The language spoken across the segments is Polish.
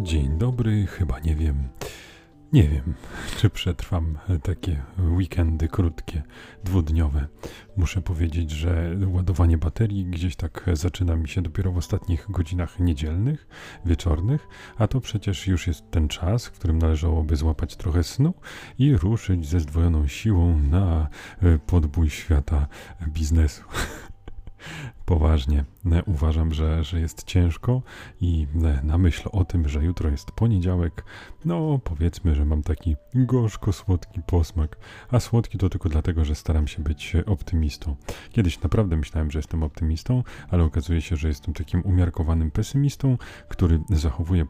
Dzień dobry, chyba nie wiem, czy przetrwam takie weekendy krótkie, dwudniowe. Muszę powiedzieć, że ładowanie baterii gdzieś tak zaczyna mi się dopiero w ostatnich godzinach niedzielnych, wieczornych, a to przecież już jest ten czas, w którym należałoby złapać trochę snu i ruszyć ze zdwojoną siłą na podbój świata biznesu. Poważnie, uważam, że jest ciężko i na myśl o tym, że jutro jest poniedziałek, no powiedzmy, że mam taki gorzko-słodki posmak, a słodki to tylko dlatego, że staram się być optymistą. Kiedyś naprawdę myślałem, że jestem optymistą, ale okazuje się, że jestem takim umiarkowanym pesymistą, który zachowuje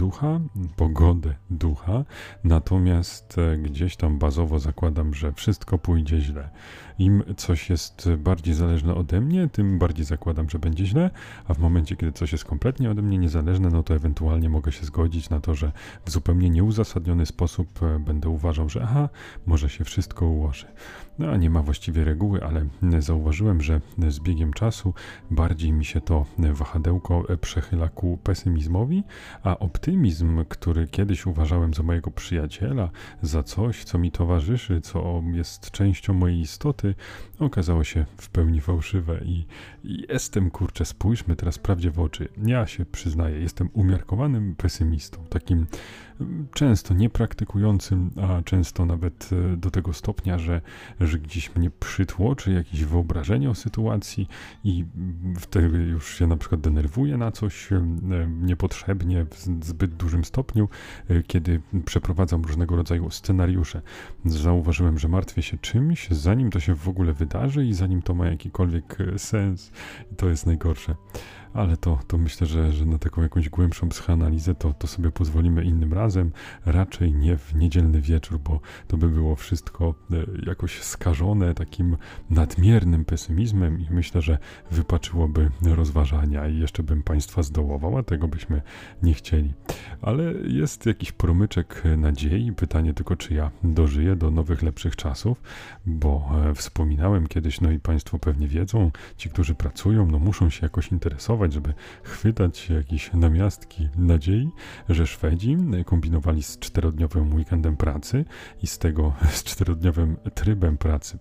pogodę ducha, natomiast gdzieś tam bazowo zakładam, że wszystko pójdzie źle. Im coś jest bardziej zależne ode mnie, tym bardziej zakładam, że będzie źle, a w momencie, kiedy coś jest kompletnie ode mnie niezależne, no to ewentualnie mogę się zgodzić na to, że w zupełnie nieuzasadniony sposób będę uważał, że może się wszystko ułoży. No a nie ma właściwie reguły, ale zauważyłem, że z biegiem czasu bardziej mi się to wahadełko przechyla ku pesymizmowi, a optymizm, który kiedyś uważałem za mojego przyjaciela, za coś, co mi towarzyszy, co jest częścią mojej istoty, okazało się w pełni fałszywe i jestem, spójrzmy teraz prawdzie w oczy. Ja się przyznaję, jestem umiarkowanym pesymistą, takim często niepraktykującym, a często nawet do tego stopnia, że gdzieś mnie przytłoczy jakieś wyobrażenie o sytuacji i wtedy już się na przykład denerwuję na coś niepotrzebnie w zbyt dużym stopniu, kiedy przeprowadzam różnego rodzaju scenariusze. Zauważyłem, że martwię się czymś, zanim to się w ogóle wydarzy i zanim to ma jakikolwiek sens. I to jest najgorsze. Ale to myślę, że na taką jakąś głębszą psychoanalizę to sobie pozwolimy innym razem, raczej nie w niedzielny wieczór, bo to by było wszystko jakoś skażone takim nadmiernym pesymizmem i myślę, że wypaczyłoby rozważania i jeszcze bym Państwa zdołował, a tego byśmy nie chcieli. Ale jest jakiś promyczek nadziei, pytanie tylko, czy ja dożyję do nowych, lepszych czasów, bo wspominałem kiedyś, no i Państwo pewnie wiedzą, ci, którzy pracują, no muszą się jakoś interesować, żeby chwytać jakieś namiastki nadziei, że Szwedzi kombinowali z 4-dniowym weekendem pracy i z 4-dniowym trybem pracy,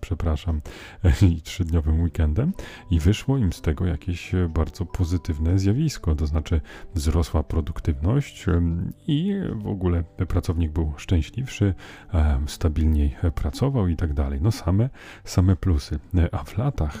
i 3-dniowym weekendem i wyszło im z tego jakieś bardzo pozytywne zjawisko, to znaczy wzrosła produktywność i w ogóle pracownik był szczęśliwszy, stabilniej pracował i tak dalej. No same plusy. A w latach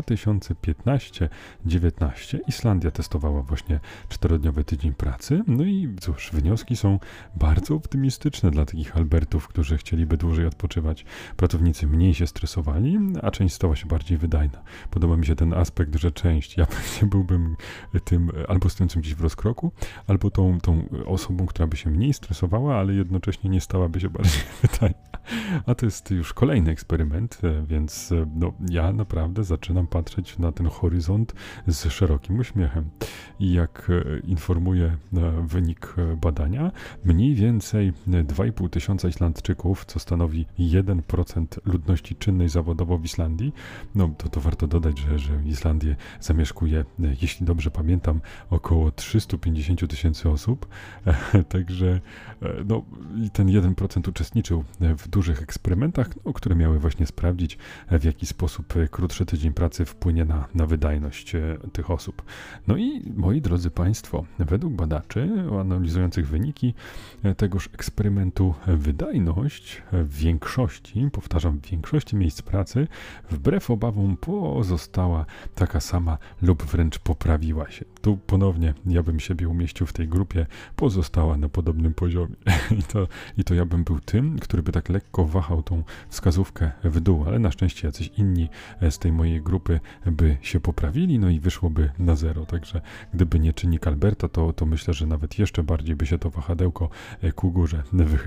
2015-19 Islandia testowała właśnie 4-dniowy tydzień pracy. No i cóż, wnioski są bardzo optymistyczne dla takich Albertów, którzy chcieliby dłużej odpoczywać. Pracownicy mniej się stresowali, a część stała się bardziej wydajna. Podoba mi się ten aspekt, że część. Ja pewnie byłbym tym albo stojącym gdzieś w rozkroku, albo tą osobą, która by się mniej stresowała, ale jednocześnie nie stałaby się bardziej wydajna. A to jest już kolejny eksperyment, więc ja naprawdę zaczynam patrzeć na ten horyzont z szerokim uśmiechem. I jak informuje wynik badania, mniej więcej 2,5 tysiąca Islandczyków, co stanowi 1% ludności czynnej zawodowo w Islandii, to warto dodać, że Islandię zamieszkuje, jeśli dobrze pamiętam, około 350 tysięcy osób, także i ten 1% uczestniczył w dużych eksperymentach, które miały właśnie sprawdzić, w jaki sposób krótszy tydzień pracy wpłynie na wydajność tych osób. No i moi drodzy Państwo, według badaczy analizujących wyniki tegoż eksperymentu wydajność w większości miejsc pracy wbrew obawom pozostała taka sama lub wręcz poprawiła się. Tu ponownie ja bym siebie umieścił w tej grupie, pozostała na podobnym poziomie. I to ja bym był tym, który by tak lekko wahał tą wskazówkę w dół, ale na szczęście jacyś inni z tej mojej grupy by się poprawili, no i wyszłoby na zero. Także gdyby nie czynnik Alberta, to myślę, że nawet jeszcze bardziej by się to wahadełko ku górze wychyliło.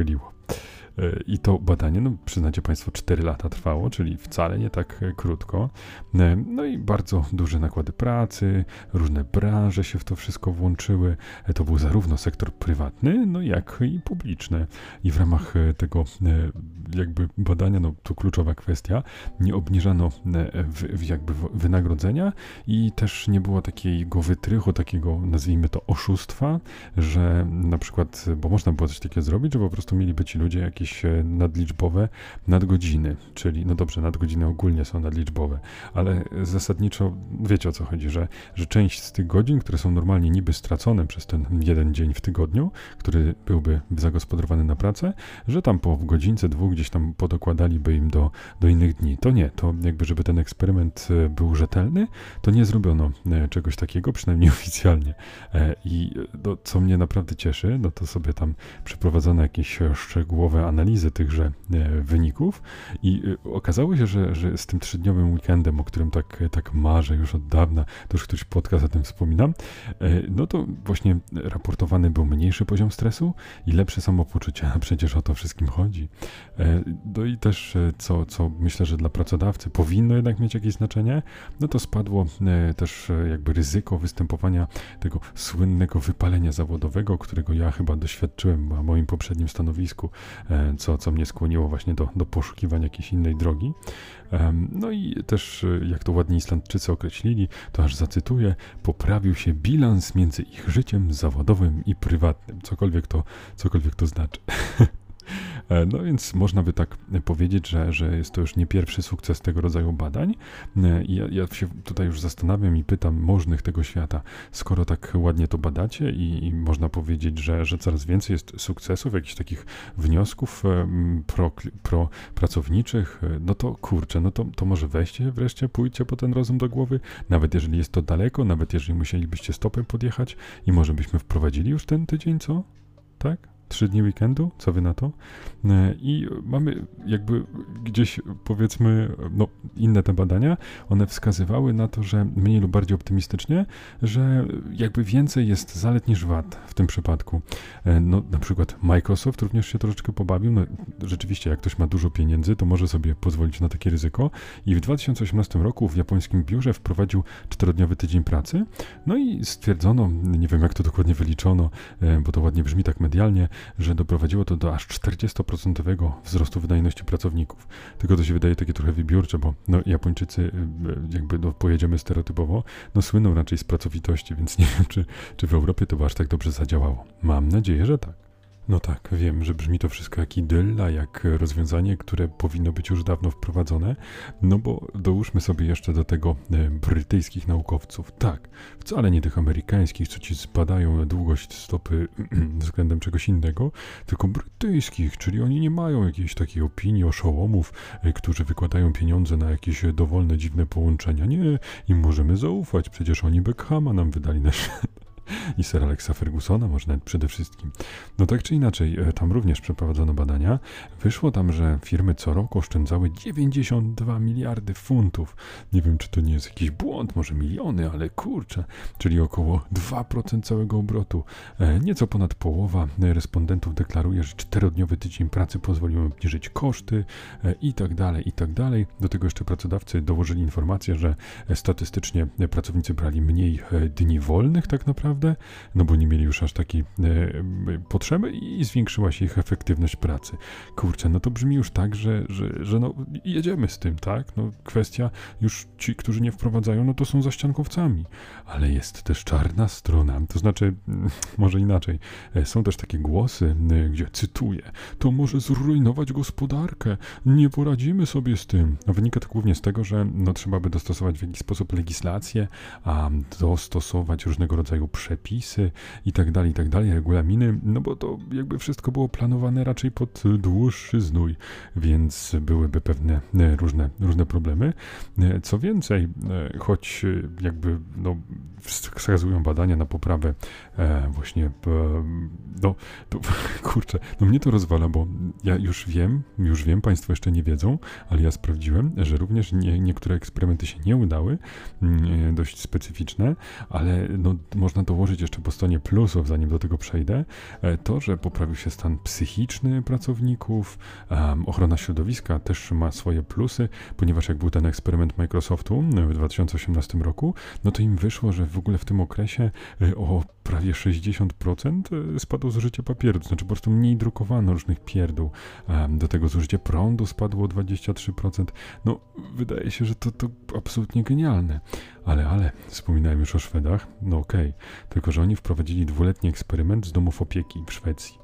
I to badanie, no przyznacie Państwo, 4 lata trwało, czyli wcale nie tak krótko. No i bardzo duże nakłady pracy, różne branże się w to wszystko włączyły. To był zarówno sektor prywatny, no jak i publiczny. I w ramach tego jakby badania, no to kluczowa kwestia, nie obniżano jakby wynagrodzenia i też nie było takiego wytrychu, takiego nazwijmy to oszustwa, że na przykład, bo można było coś takiego zrobić, że po prostu mieliby ci ludzie jakieś nadliczbowe nadgodziny, czyli no dobrze, nadgodziny ogólnie są nadliczbowe, ale zasadniczo wiecie o co chodzi, że część z tych godzin, które są normalnie niby stracone przez ten jeden dzień w tygodniu, który byłby zagospodarowany na pracę, że tam po godzince, dwóch gdzieś tam podokładaliby im do innych dni. To nie, to jakby żeby ten eksperyment był rzetelny, to nie zrobiono czegoś takiego, przynajmniej oficjalnie. I co mnie naprawdę cieszy, no to sobie tam przeprowadzono jakieś szczegółowe analizy tychże wyników i okazało się, że z tym 3-dniowym weekendem, o którym tak marzę już od dawna, to już któryś podcast o tym wspominam, no to właśnie raportowany był mniejszy poziom stresu i lepsze samopoczucie, a przecież o to wszystkim chodzi. No i też, co myślę, że dla pracodawcy powinno jednak mieć jakieś znaczenie, no to spadło też jakby ryzyko występowania tego słynnego wypalenia zawodowego, którego ja chyba doświadczyłem na moim poprzednim stanowisku, co mnie skłoniło właśnie do poszukiwania jakiejś innej drogi. No i też, jak to ładnie Islandczycy określili, to aż zacytuję, poprawił się bilans między ich życiem zawodowym i prywatnym, cokolwiek to znaczy. No więc można by tak powiedzieć, że jest to już nie pierwszy sukces tego rodzaju badań. I ja się tutaj już zastanawiam i pytam możnych tego świata, skoro tak ładnie to badacie i można powiedzieć, że coraz więcej jest sukcesów, jakichś takich wniosków pracowniczych, no to kurczę, no to może weźcie wreszcie, pójdźcie po ten rozum do głowy, nawet jeżeli jest to daleko, nawet jeżeli musielibyście stopem podjechać i może byśmy wprowadzili już ten tydzień, co? Tak? 3 dni weekendu, co wy na to? I mamy jakby gdzieś powiedzmy, no inne te badania, one wskazywały na to, że mniej lub bardziej optymistycznie, że jakby więcej jest zalet niż wad w tym przypadku. No na przykład Microsoft również się troszeczkę pobawił, no rzeczywiście jak ktoś ma dużo pieniędzy, to może sobie pozwolić na takie ryzyko i w 2018 roku w japońskim biurze wprowadził 4-dniowy tydzień pracy, no i stwierdzono, nie wiem jak to dokładnie wyliczono, bo to ładnie brzmi tak medialnie, że doprowadziło to do aż 40% wzrostu wydajności pracowników. Tylko to się wydaje takie trochę wybiórcze, bo no, Japończycy, jakby pojedziemy stereotypowo, no słyną raczej z pracowitości, więc nie wiem, czy w Europie to aż tak dobrze zadziałało. Mam nadzieję, że tak. No tak, wiem, że brzmi to wszystko jak idylla, jak rozwiązanie, które powinno być już dawno wprowadzone, no bo dołóżmy sobie jeszcze do tego brytyjskich naukowców. Tak, wcale nie tych amerykańskich, co ci zbadają długość stopy względem czegoś innego, tylko brytyjskich, czyli oni nie mają jakiejś takiej opinii oszołomów, którzy wykładają pieniądze na jakieś dowolne, dziwne połączenia. Nie, im możemy zaufać, przecież oni Beckhama nam wydali na świat. I Sir Alexa Fergusona może nawet przede wszystkim. No tak czy inaczej, tam również przeprowadzono badania. Wyszło tam, że firmy co roku oszczędzały 92 miliardy funtów. Nie wiem, czy to nie jest jakiś błąd, może miliony, ale kurczę, czyli około 2% całego obrotu. Nieco ponad połowa respondentów deklaruje, że 4-dniowy tydzień pracy pozwolił obniżyć koszty i tak dalej, i tak dalej. Do tego jeszcze pracodawcy dołożyli informację, że statystycznie pracownicy brali mniej dni wolnych tak naprawdę, no bo nie mieli już aż takiej potrzeby i zwiększyła się ich efektywność pracy. Kurczę, no to brzmi już tak, że no jedziemy z tym, tak? No kwestia, już ci, którzy nie wprowadzają, no to są zaściankowcami. Ale jest też czarna strona, to znaczy, może inaczej, są też takie głosy, gdzie cytuję, to może zrujnować gospodarkę, nie poradzimy sobie z tym. A wynika to głównie z tego, że no trzeba by dostosować w jakiś sposób legislację, a dostosować różnego rodzaju przepisy i tak dalej, regulaminy, no bo to jakby wszystko było planowane raczej pod dłuższy znój, więc byłyby pewne różne problemy. Co więcej, choć jakby no, wskazują badania na poprawę właśnie, no to kurczę, no mnie to rozwala, bo ja już wiem, Państwo jeszcze nie wiedzą, ale ja sprawdziłem, że również niektóre eksperymenty się nie udały, dość specyficzne, ale no, można to dołożyć jeszcze po stronie plusów, zanim do tego przejdę, to, że poprawił się stan psychiczny pracowników, ochrona środowiska też ma swoje plusy, ponieważ jak był ten eksperyment Microsoftu w 2018 roku, no to im wyszło, że w ogóle w tym okresie o prawie 60% spadło zużycie papieru, to znaczy po prostu mniej drukowano różnych pierdół. Do tego zużycie prądu spadło o 23%. No, wydaje się, że to absolutnie genialne. Ale, wspominałem już o Szwedach, no okej, tylko że oni wprowadzili 2-letni eksperyment z domów opieki w Szwecji.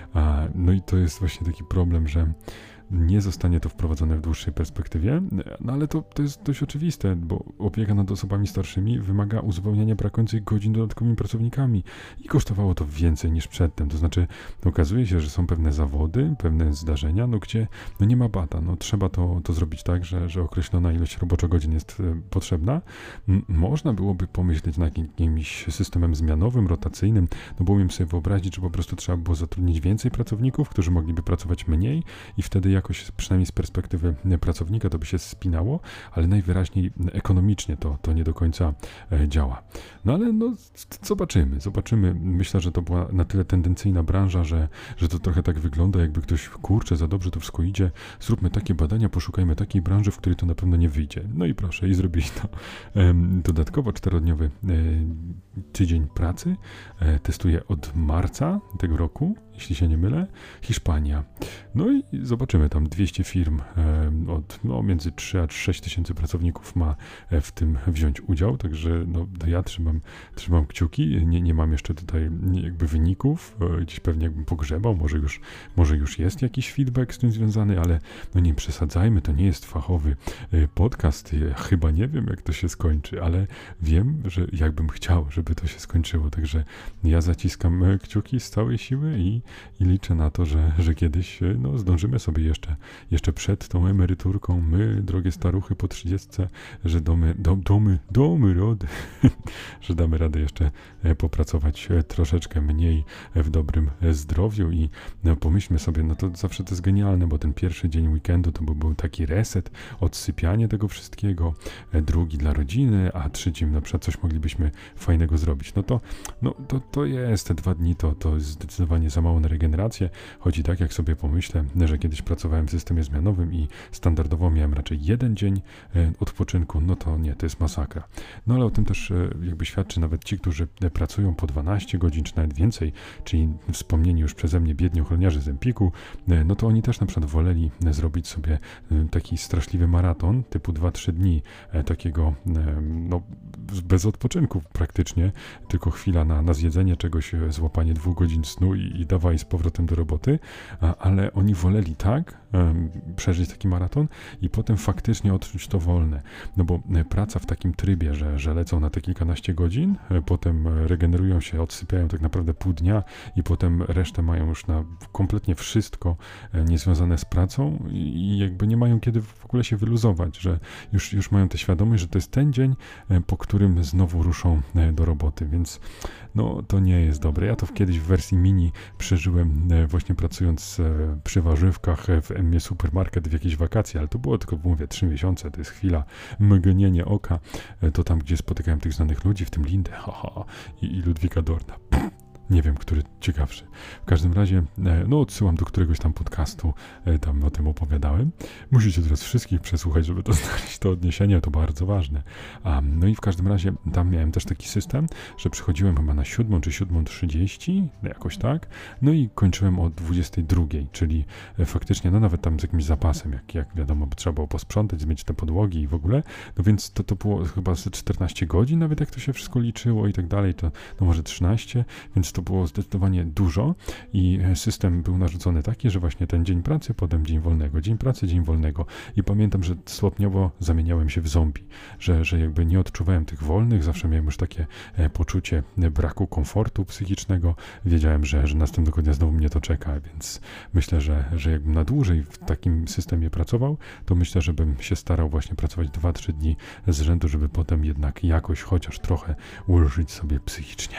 No i to jest właśnie taki problem, że nie zostanie to wprowadzone w dłuższej perspektywie, no ale to jest dość oczywiste, bo opieka nad osobami starszymi wymaga uzupełniania brakujących godzin dodatkowymi pracownikami i kosztowało to więcej niż przedtem. To znaczy, okazuje się, że są pewne zawody, pewne zdarzenia, no gdzie nie ma bata, no trzeba to zrobić tak, że określona ilość roboczo-godzin jest potrzebna. Można byłoby pomyśleć nad jakimś systemem zmianowym, rotacyjnym, no bo umiem sobie wyobrazić, że po prostu trzeba było zatrudnić więcej pracowników, którzy mogliby pracować mniej i wtedy jakoś, przynajmniej z perspektywy pracownika, to by się spinało, ale najwyraźniej ekonomicznie to nie do końca działa. No ale zobaczymy. Myślę, że to była na tyle tendencyjna branża, że to trochę tak wygląda, jakby ktoś, kurczę, za dobrze to wszystko idzie, zróbmy takie badania, poszukajmy takiej branży, w której to na pewno nie wyjdzie. No i proszę, i zrobili to. Dodatkowo 4-dniowy tydzień pracy testuje od marca tego roku, jeśli się nie mylę, Hiszpania. No i zobaczymy, tam 200 firm między 3 a 6 tysięcy pracowników ma w tym wziąć udział, także ja trzymam kciuki, nie mam jeszcze tutaj jakby wyników, gdzieś pewnie jakbym pogrzebał, może już jest jakiś feedback z tym związany, ale nie przesadzajmy, to nie jest fachowy podcast, chyba nie wiem jak to się skończy, ale wiem, że jakbym chciał, żeby to się skończyło, także ja zaciskam kciuki z całej siły i liczę na to, że kiedyś zdążymy sobie jeszcze przed tą emeryturką, my, drogie staruchy po 30, że domy rody, że damy radę jeszcze popracować troszeczkę mniej w dobrym zdrowiu i pomyślmy sobie, to zawsze to jest genialne, bo ten pierwszy dzień weekendu to był taki reset, odsypianie tego wszystkiego, drugi dla rodziny, a trzecim na przykład coś moglibyśmy fajnego zrobić. To jest te 2 dni, to jest zdecydowanie za mało na regenerację, choć tak jak sobie pomyślę, że kiedyś pracowałem w systemie zmianowym i standardowo miałem raczej 1 dzień odpoczynku, to jest masakra. No ale o tym też jakby świadczy nawet ci, którzy pracują po 12 godzin czy nawet więcej, czyli wspomnieni już przeze mnie biedni ochroniarze z Empiku, to oni też na przykład woleli zrobić sobie taki straszliwy maraton typu 2-3 dni takiego bez odpoczynku praktycznie, tylko chwila na zjedzenie czegoś, złapanie 2 godzin snu i dawaj z powrotem do roboty, ale oni woleli przeżyć taki maraton i potem faktycznie odczuć to wolne, bo praca w takim trybie, że lecą na te kilkanaście godzin, potem regenerują się, odsypiają tak naprawdę pół dnia i potem resztę mają już na kompletnie wszystko niezwiązane z pracą i jakby nie mają kiedy w ogóle się wyluzować, że już mają tę świadomość, że to jest ten dzień, po którym znowu ruszą do roboty, więc to nie jest dobre. Ja to kiedyś w wersji mini przeżyłem właśnie pracując przy warzywkach w Emmie Supermarket w jakieś wakacje, ale to było tylko, mówię, 3 miesiące, to jest chwila mgnienie oka, to tam, gdzie spotykałem tych znanych ludzi, w tym Lindę i Ludwika Dorna. Nie wiem, który ciekawszy. W każdym razie, odsyłam do któregoś tam podcastu, tam o tym opowiadałem. Musicie teraz wszystkich przesłuchać, żeby to znaleźć to odniesienie, to bardzo ważne. No i w każdym razie tam miałem też taki system, że przychodziłem chyba na 7 czy 7:30, jakoś tak, no i kończyłem o 22, czyli faktycznie, nawet tam z jakimś zapasem, jak wiadomo, trzeba było posprzątać, zmienić te podłogi i w ogóle, więc to było chyba z 14 godzin, nawet jak to się wszystko liczyło i tak dalej, to może 13, więc to było zdecydowanie dużo i system był narzucony taki, że właśnie ten dzień pracy, potem dzień wolnego, dzień pracy, dzień wolnego i pamiętam, że stopniowo zamieniałem się w zombie, że jakby nie odczuwałem tych wolnych, zawsze miałem już takie poczucie braku komfortu psychicznego, wiedziałem, że następnego dnia znowu mnie to czeka, więc myślę, że jakbym na dłużej w takim systemie pracował, to myślę, że bym się starał właśnie pracować 2-3 dni z rzędu, żeby potem jednak jakoś chociaż trochę ulżyć sobie psychicznie.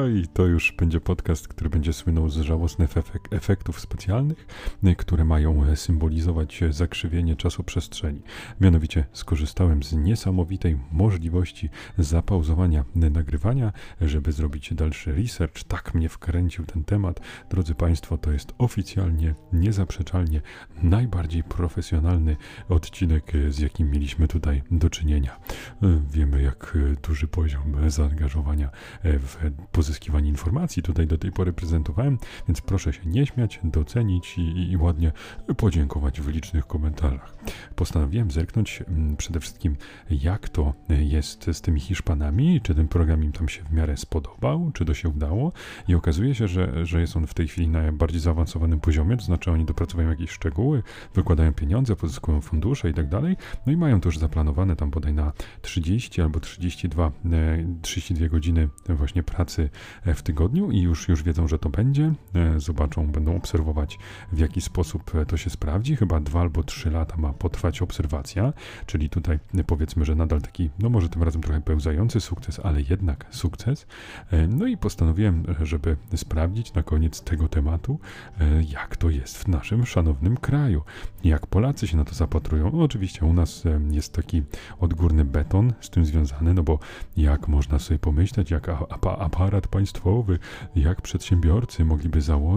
I to już będzie podcast, który będzie słynął z żałosnych efektów specjalnych, które mają symbolizować zakrzywienie czasoprzestrzeni. Mianowicie skorzystałem z niesamowitej możliwości zapauzowania nagrywania, żeby zrobić dalszy research. Tak mnie wkręcił ten temat. Drodzy Państwo, to jest oficjalnie, niezaprzeczalnie najbardziej profesjonalny odcinek, z jakim mieliśmy tutaj do czynienia. Wiemy, jak duży poziom zaangażowania w pozyskiwanie informacji tutaj do tej pory prezentowałem, więc proszę się nie śmiać, docenić i ładnie podziękować w licznych komentarzach. Postanowiłem zerknąć przede wszystkim, jak to jest z tymi Hiszpanami, czy ten program im tam się w miarę spodobał, czy to się udało, i okazuje się, że jest on w tej chwili na bardziej zaawansowanym poziomie, to znaczy oni dopracowają jakieś szczegóły, wykładają pieniądze, pozyskują fundusze i tak dalej, no i mają to już zaplanowane tam bodaj na 30 albo 32 godziny właśnie pracy w tygodniu i już wiedzą, że to będzie, zobaczą, będą obserwować, w jaki sposób to się sprawdzi. Chyba 2 albo 3 lata ma potrwać obserwacja, czyli tutaj powiedzmy, że nadal taki, no może tym razem trochę pełzający sukces, ale jednak sukces. No i postanowiłem, żeby sprawdzić na koniec tego tematu, jak to jest w naszym szanownym kraju, jak Polacy się na to zapatrują. No, oczywiście u nas jest taki odgórny beton z tym związany, no bo jak można sobie pomyśleć, jak aparat państwowy, jak przedsiębiorcy mogliby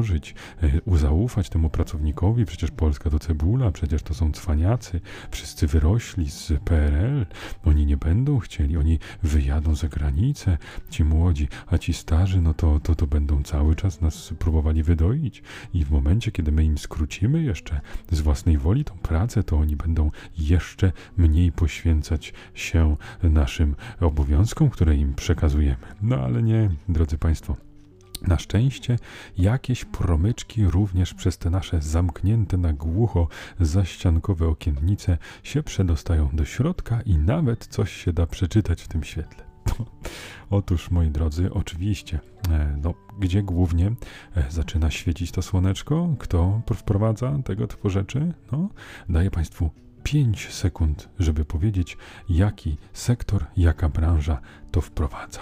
zaufać temu pracownikowi, przecież Polska to cebula, przecież to są cwaniacy, wszyscy wyrośli z PRL, oni nie będą chcieli, oni wyjadą za granicę, ci młodzi, a ci starzy, no to będą cały czas nas próbowali wydoić i w momencie, kiedy my im skrócimy jeszcze z własnej woli tą pracę, to oni będą jeszcze mniej poświęcać się naszym obowiązkom, które im przekazujemy. No ale nie, drodzy Państwo. Na szczęście jakieś promyczki również przez te nasze zamknięte na głucho zaściankowe okiennice się przedostają do środka i nawet coś się da przeczytać w tym świetle. Otóż, moi drodzy, oczywiście, gdzie głównie zaczyna świecić to słoneczko? Kto wprowadza tego typu rzeczy? No, daję Państwu 5 sekund, żeby powiedzieć, jaki sektor, jaka branża to wprowadza.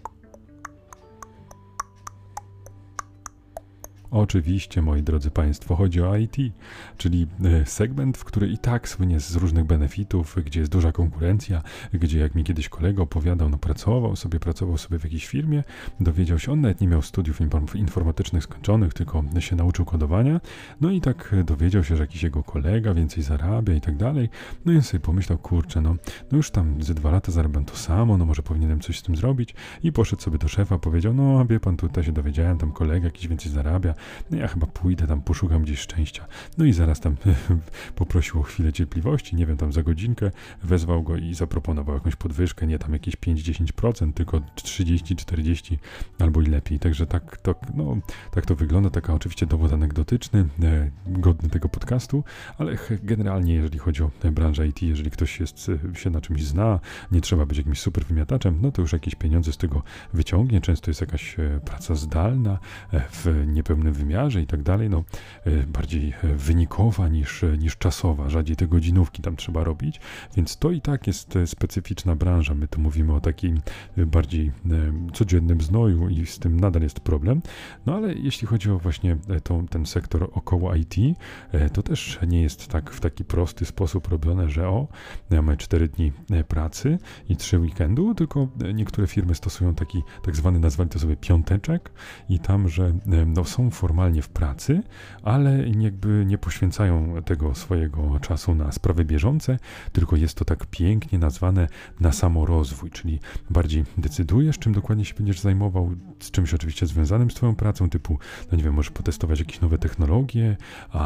Oczywiście, moi drodzy Państwo, chodzi o IT, czyli segment, który i tak słynie z różnych benefitów, gdzie jest duża konkurencja, gdzie, jak mi kiedyś kolega opowiadał, pracował sobie w jakiejś firmie, dowiedział się, on nawet nie miał studiów informatycznych skończonych, tylko się nauczył kodowania, no i tak dowiedział się, że jakiś jego kolega więcej zarabia i tak dalej, no i on sobie pomyślał, kurczę, no już tam ze 2 lata zarabiam to samo, no może powinienem coś z tym zrobić, i poszedł sobie do szefa, powiedział, no wie pan, tutaj się dowiedziałem, tam kolega jakiś więcej zarabia, no ja chyba pójdę tam, poszukam gdzieś szczęścia. No i zaraz tam poprosił o chwilę cierpliwości, nie wiem, tam za godzinkę wezwał go i zaproponował jakąś podwyżkę, nie tam jakieś 5-10%, tylko 30-40 albo i lepiej. Także tak to wygląda, taka oczywiście dowód anegdotyczny, godny tego podcastu, ale generalnie jeżeli chodzi o branżę IT, jeżeli ktoś się na czymś zna, nie trzeba być jakimś super wymiataczem, no to już jakieś pieniądze z tego wyciągnie. Często jest jakaś praca zdalna w niepełnym wymiarze i tak dalej, bardziej wynikowa niż czasowa, rzadziej te godzinówki tam trzeba robić, więc to i tak jest specyficzna branża. My tu mówimy o takim bardziej codziennym znoju i z tym nadal jest problem, no ale jeśli chodzi o właśnie ten sektor około IT, to też nie jest tak w taki prosty sposób robione, że mamy 4 dni pracy i 3 weekendu, tylko niektóre firmy stosują taki tak zwany, nazwali to sobie piąteczek i tam, że są formalnie w pracy, ale jakby nie poświęcają tego swojego czasu na sprawy bieżące, tylko jest to tak pięknie nazwane na samorozwój, czyli bardziej decydujesz, czym dokładnie się będziesz zajmował, z czymś oczywiście związanym z twoją pracą, typu, no nie wiem, możesz potestować jakieś nowe technologie,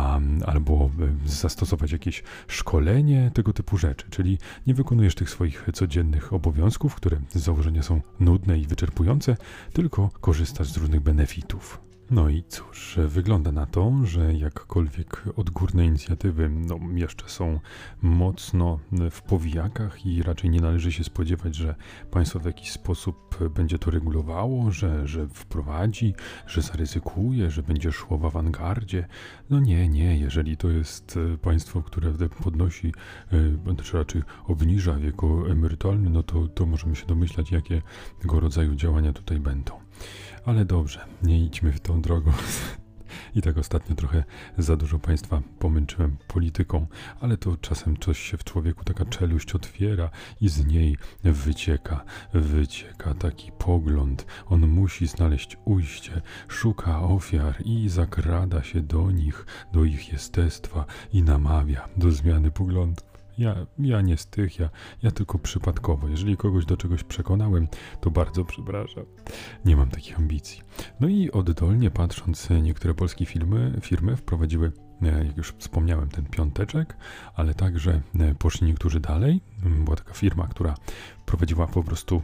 albo zastosować jakieś szkolenie, tego typu rzeczy, czyli nie wykonujesz tych swoich codziennych obowiązków, które z założenia są nudne i wyczerpujące, tylko korzystasz z różnych benefitów. No i cóż, wygląda na to, że jakkolwiek odgórne inicjatywy jeszcze są mocno w powijakach i raczej nie należy się spodziewać, że państwo w jakiś sposób będzie to regulowało, że wprowadzi, że zaryzykuje, że będzie szło w awangardzie. No nie, jeżeli to jest państwo, które podnosi, czy raczej obniża wiek emerytalny, no to możemy się domyślać, jakiego rodzaju działania tutaj będą. Ale dobrze, nie idźmy w tą drogą. I tak ostatnio trochę za dużo Państwa pomęczyłem polityką, ale to czasem coś się w człowieku, taka czeluść otwiera i z niej wycieka taki pogląd. On musi znaleźć ujście, szuka ofiar i zakrada się do nich, do ich jestestwa i namawia do zmiany poglądów. Ja nie z tych, ja tylko przypadkowo. Jeżeli kogoś do czegoś przekonałem, to bardzo przepraszam. Nie mam takich ambicji. No i oddolnie patrząc, niektóre polskie firmy wprowadziły, jak już wspomniałem, ten piąteczek, ale także poszli niektórzy dalej. Była taka firma, która prowadziła po prostu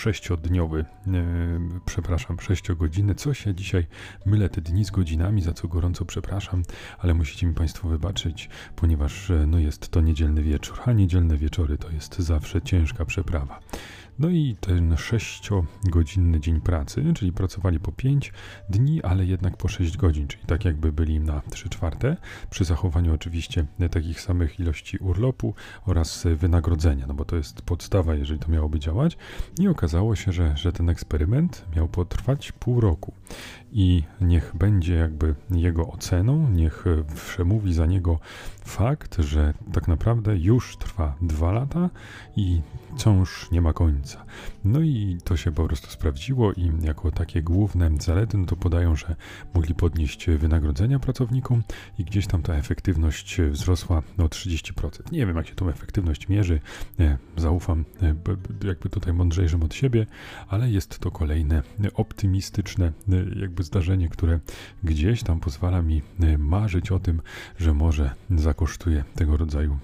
6-godzinny, coś ja dzisiaj mylę te dni z godzinami, za co gorąco przepraszam, ale musicie mi Państwo wybaczyć, ponieważ jest to niedzielny wieczór, a niedzielne wieczory to jest zawsze ciężka przeprawa. No i ten 6-godzinny dzień pracy, czyli pracowali po 5 dni, ale jednak po 6 godzin, czyli tak jakby byli na 3/4, przy zachowaniu oczywiście takich samych ilości urlopu oraz wynagrodzenia, no bo to jest podstawa, jeżeli to miałoby działać. I okazało się, że ten eksperyment miał potrwać pół roku. I niech będzie jakby jego oceną, niech przemówi za niego fakt, że tak naprawdę już trwa 2 lata i wciąż nie ma końca. No i to się po prostu sprawdziło i jako takie główne zalety, no to podają, że mogli podnieść wynagrodzenia pracownikom i gdzieś tam ta efektywność wzrosła o 30%. Nie wiem, jak się tą efektywność mierzy, zaufam jakby tutaj mądrzejszym od siebie, ale jest to kolejne optymistyczne jakby zdarzenie, które gdzieś tam pozwala mi marzyć o tym, że może zakosztuję tego rodzaju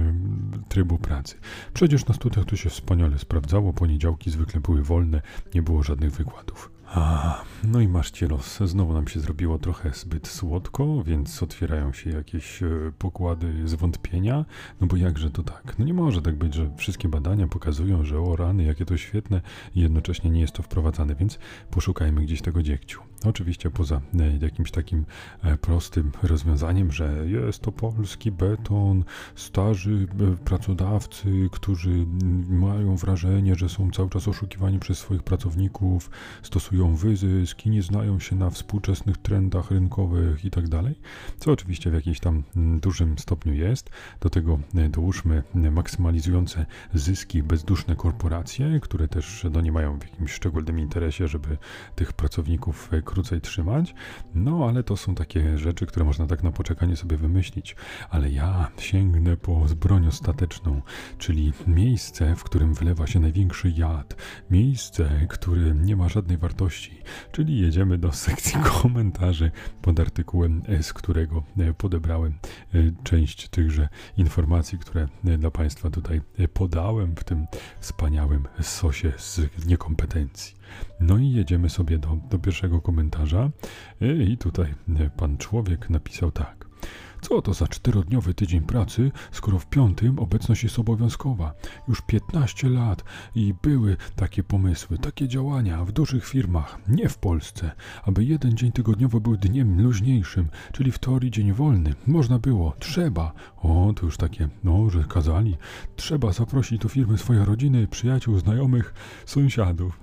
trybu pracy. Przecież na studiach to się wspaniale sprawdzało, poniedziałki zwykle były wolne, nie było żadnych wykładów. No i marzcie los, znowu nam się zrobiło trochę zbyt słodko, więc otwierają się jakieś pokłady zwątpienia, no bo jakże to tak? No nie może tak być, że wszystkie badania pokazują, że o rany, jakie to świetne i jednocześnie nie jest to wprowadzane, więc poszukajmy gdzieś tego dziegciu. Oczywiście poza jakimś takim prostym rozwiązaniem, że jest to polski beton, starzy pracodawcy, którzy mają wrażenie, że są cały czas oszukiwani przez swoich pracowników, stosują wyzysk i nie znają się na współczesnych trendach rynkowych i tak dalej, co oczywiście w jakimś tam dużym stopniu jest. Do tego dołóżmy maksymalizujące zyski bezduszne korporacje, które też nie mają w jakimś szczególnym interesie, żeby tych pracowników krócej trzymać. No, ale to są takie rzeczy, które można tak na poczekanie sobie wymyślić. Ale ja sięgnę po broń ostateczną, czyli miejsce, w którym wlewa się największy jad. Miejsce, które nie ma żadnej wartości. Czyli jedziemy do sekcji komentarzy pod artykułem, z którego podebrałem część tychże informacji, które dla Państwa tutaj podałem w tym wspaniałym sosie z niekompetencji. No i jedziemy sobie do pierwszego komentarza i tutaj pan człowiek napisał tak. Co to za 4-dniowy tydzień pracy, skoro w 5 obecność jest obowiązkowa? Już 15 lat i były takie pomysły, takie działania w dużych firmach, nie w Polsce, aby 1 dzień tygodniowo był dniem luźniejszym, czyli w teorii dzień wolny. Można było, trzeba, to już takie, że kazali, trzeba zaprosić do firmy swoje rodziny, przyjaciół, znajomych, sąsiadów.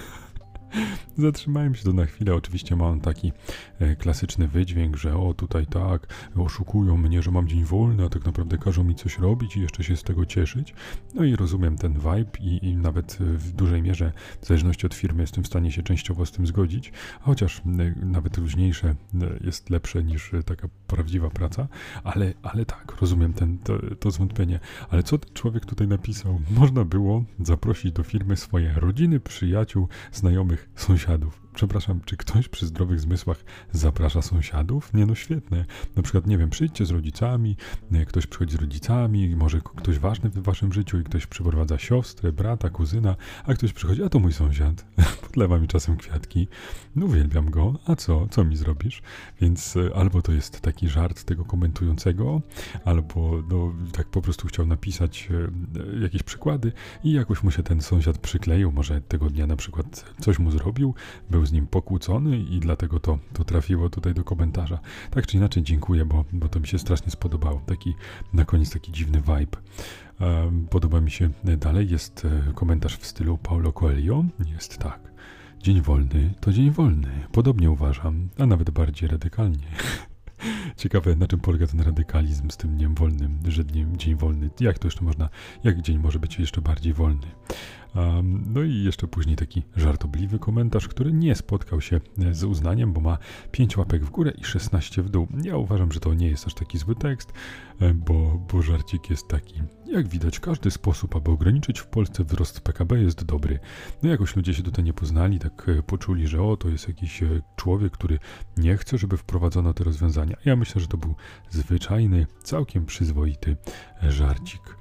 Zatrzymałem się tu na chwilę, oczywiście mam taki klasyczny wydźwięk, że tutaj tak, oszukują mnie, że mam dzień wolny, a tak naprawdę każą mi coś robić i jeszcze się z tego cieszyć. No i rozumiem ten vibe i nawet w dużej mierze, w zależności od firmy, jestem w stanie się częściowo z tym zgodzić, chociaż nawet luźniejsze jest lepsze niż taka prawdziwa praca, ale tak, rozumiem to zwątpienie. Ale co ten człowiek tutaj napisał? Można było zaprosić do firmy swoje rodziny, przyjaciół, znajomych, sąsiadów. Przepraszam, czy ktoś przy zdrowych zmysłach zaprasza sąsiadów? Nie, no świetne. Na przykład, nie wiem, przyjdźcie z rodzicami, ktoś przychodzi z rodzicami, może ktoś ważny w waszym życiu i ktoś przyprowadza siostrę, brata, kuzyna, a ktoś przychodzi, a to mój sąsiad. Podlewa mi czasem kwiatki. No uwielbiam go. A co mi zrobisz? Więc albo to jest taki żart tego komentującego, albo tak po prostu chciał napisać jakieś przykłady i jakoś mu się ten sąsiad przykleił. Może tego dnia na przykład coś mu zrobił, był z nim pokłócony i dlatego to trafiło tutaj do komentarza. Tak czy inaczej dziękuję, bo to mi się strasznie spodobało. Na koniec taki dziwny vibe. Podoba mi się dalej, jest komentarz w stylu Paulo Coelho. Jest tak. dzień wolny to dzień wolny. Podobnie uważam, a nawet bardziej radykalnie. Ciekawe, na czym polega ten radykalizm z tym dniem wolnym, że dzień wolny, jak to jeszcze można, jak dzień może być jeszcze bardziej wolny. No i jeszcze później taki żartobliwy komentarz, który nie spotkał się z uznaniem, bo ma 5 łapek w górę i 16 w dół. Ja uważam, że to nie jest aż taki zły tekst, bo żarcik jest taki. Jak widać, każdy sposób, aby ograniczyć w Polsce wzrost PKB jest dobry. No jakoś ludzie się tutaj nie poznali, tak poczuli, że to jest jakiś człowiek, który nie chce, żeby wprowadzono te rozwiązania. Ja myślę, że to był zwyczajny, całkiem przyzwoity żarcik.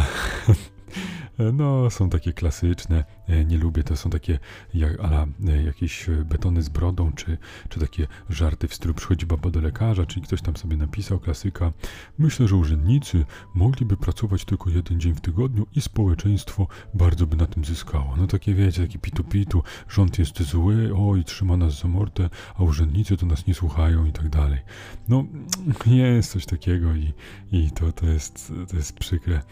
No, są takie klasyczne, nie lubię, to są takie jakieś betony z brodą, czy takie żarty w stylu przychodzi baba do lekarza, czyli ktoś tam sobie napisał, klasyka. Myślę, że urzędnicy mogliby pracować tylko 1 dzień w tygodniu i społeczeństwo bardzo by na tym zyskało. No takie wiecie, takie pitu, rząd jest zły, oj, trzyma nas za mordę, a urzędnicy to nas nie słuchają i tak dalej. No, jest coś takiego i to jest przykre.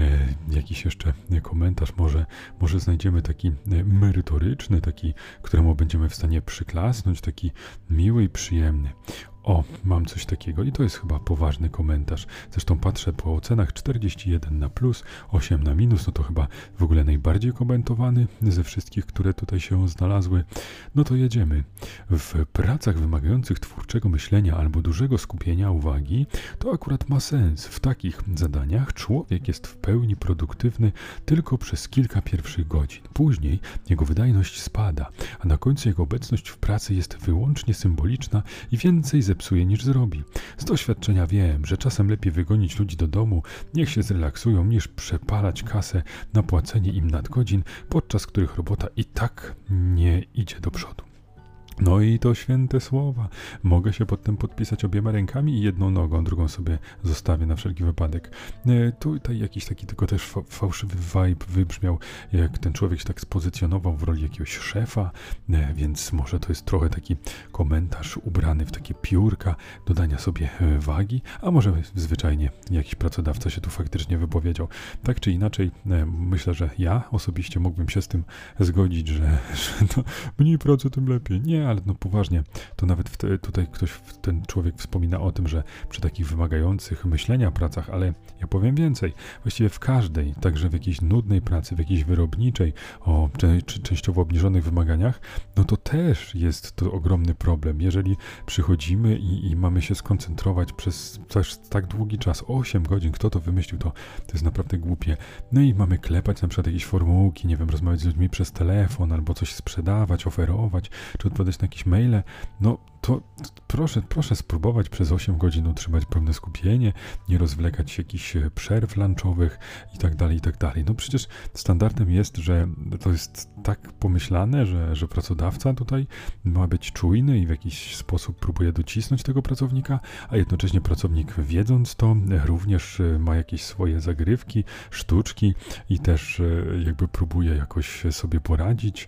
Jakiś jeszcze komentarz, może znajdziemy taki merytoryczny, taki, któremu będziemy w stanie przyklasnąć, taki miły i przyjemny. O, mam coś takiego i to jest chyba poważny komentarz. Zresztą patrzę po ocenach 41 na plus, 8 na minus, no to chyba w ogóle najbardziej komentowany ze wszystkich, które tutaj się znalazły. No to jedziemy. W pracach wymagających twórczego myślenia albo dużego skupienia uwagi to akurat ma sens. W takich zadaniach człowiek jest w pełni produktywny tylko przez kilka pierwszych godzin. Później jego wydajność spada, a na końcu jego obecność w pracy jest wyłącznie symboliczna i więcej zepsuje niż zrobi. Z doświadczenia wiem, że czasem lepiej wygonić ludzi do domu, niech się zrelaksują, niż przepalać kasę na płacenie im nadgodzin, podczas których robota i tak nie idzie do przodu. No i to święte słowa. Mogę się pod tym podpisać obiema rękami i jedną nogą, drugą sobie zostawię na wszelki wypadek. Tutaj jakiś taki tylko też fałszywy vibe wybrzmiał, jak ten człowiek się tak spozycjonował w roli jakiegoś szefa, więc może to jest trochę taki komentarz ubrany w takie piórka, dodania sobie wagi, a może zwyczajnie jakiś pracodawca się tu faktycznie wypowiedział. Tak czy inaczej, myślę, że ja osobiście mógłbym się z tym zgodzić, że no, mniej pracy, tym lepiej. Nie, ale no poważnie, to nawet tutaj ten człowiek wspomina o tym, że przy takich wymagających myślenia pracach, ale ja powiem więcej, właściwie w każdej, także w jakiejś nudnej pracy, w jakiejś wyrobniczej, czy częściowo obniżonych wymaganiach, no to też jest to ogromny problem. Jeżeli przychodzimy i mamy się skoncentrować przez tak długi czas, 8 godzin, kto to wymyślił, to jest naprawdę głupie. No i mamy klepać na przykład jakieś formułki, nie wiem, rozmawiać z ludźmi przez telefon, albo coś sprzedawać, oferować, czy odpowiadać na jakieś maile, no to proszę spróbować przez 8 godzin utrzymać pełne skupienie, nie rozwlekać się jakichś przerw lunchowych i tak dalej. No przecież standardem jest, że to jest tak pomyślane, że pracodawca tutaj ma być czujny i w jakiś sposób próbuje docisnąć tego pracownika, a jednocześnie pracownik, wiedząc to, również ma jakieś swoje zagrywki, sztuczki i też jakby próbuje jakoś sobie poradzić,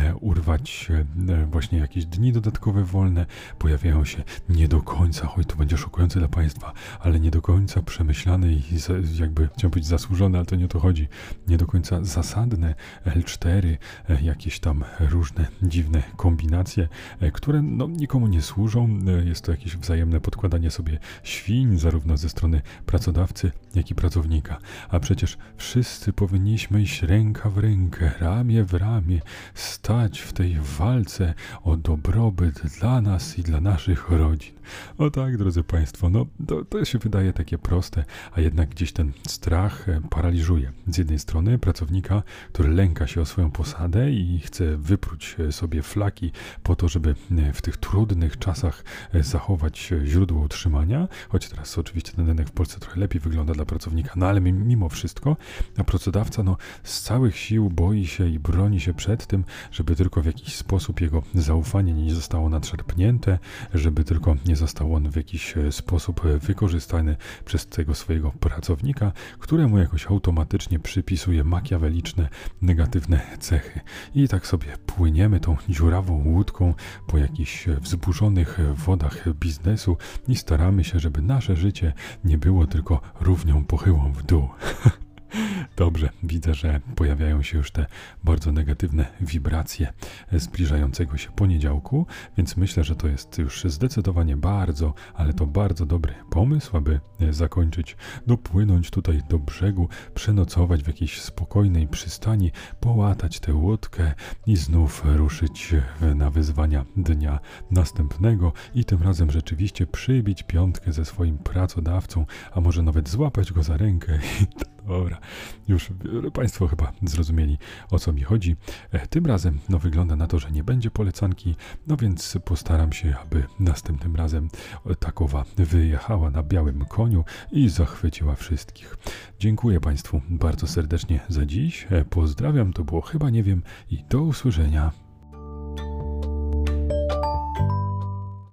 urwać właśnie jakieś dni dodatkowe wolne. Pojawiają się nie do końca, to będzie szokujące dla Państwa, ale nie do końca przemyślane i jakby chciałem powiedzieć zasłużone, ale to nie o to chodzi, nie do końca zasadne L4, jakieś tam różne dziwne kombinacje, które no nikomu nie służą. Jest to jakieś wzajemne podkładanie sobie świń, zarówno ze strony pracodawcy, jak i pracownika. A przecież wszyscy powinniśmy iść ręka w rękę, ramię w ramię, stać w tej walce o dobrobyt dla nas i dla naszych rodzin. O tak, drodzy Państwo, no to się wydaje takie proste, a jednak gdzieś ten strach paraliżuje. Z jednej strony pracownika, który lęka się o swoją posadę i chce wypróć sobie flaki po to, żeby w tych trudnych czasach zachować źródło utrzymania, choć teraz oczywiście ten rynek w Polsce trochę lepiej wygląda dla pracownika, no ale mimo wszystko, a pracodawca z całych sił boi się i broni się przed tym, żeby tylko w jakiś sposób jego zaufanie nie zostało nadszarpnięte, żeby tylko nie został on w jakiś sposób wykorzystany przez tego swojego pracownika, któremu jakoś automatycznie przypisuje makiaweliczne, negatywne cechy. I tak sobie płyniemy tą dziurawą łódką po jakichś wzburzonych wodach biznesu i staramy się, żeby nasze życie nie było tylko równią pochyłą w dół. Dobrze, widzę, że pojawiają się już te bardzo negatywne wibracje zbliżającego się poniedziałku, więc myślę, że to jest już zdecydowanie bardzo, ale to bardzo dobry pomysł, aby zakończyć, dopłynąć tutaj do brzegu, przenocować w jakiejś spokojnej przystani, połatać tę łódkę i znów ruszyć na wyzwania dnia następnego i tym razem rzeczywiście przybić piątkę ze swoim pracodawcą, a może nawet złapać go za rękę. Dobra, już Państwo chyba zrozumieli, o co mi chodzi. Tym razem wygląda na to, że nie będzie polecanki, więc postaram się, aby następnym razem takowa wyjechała na białym koniu i zachwyciła wszystkich. Dziękuję Państwu bardzo serdecznie za dziś. Pozdrawiam, to było chyba nie wiem i do usłyszenia.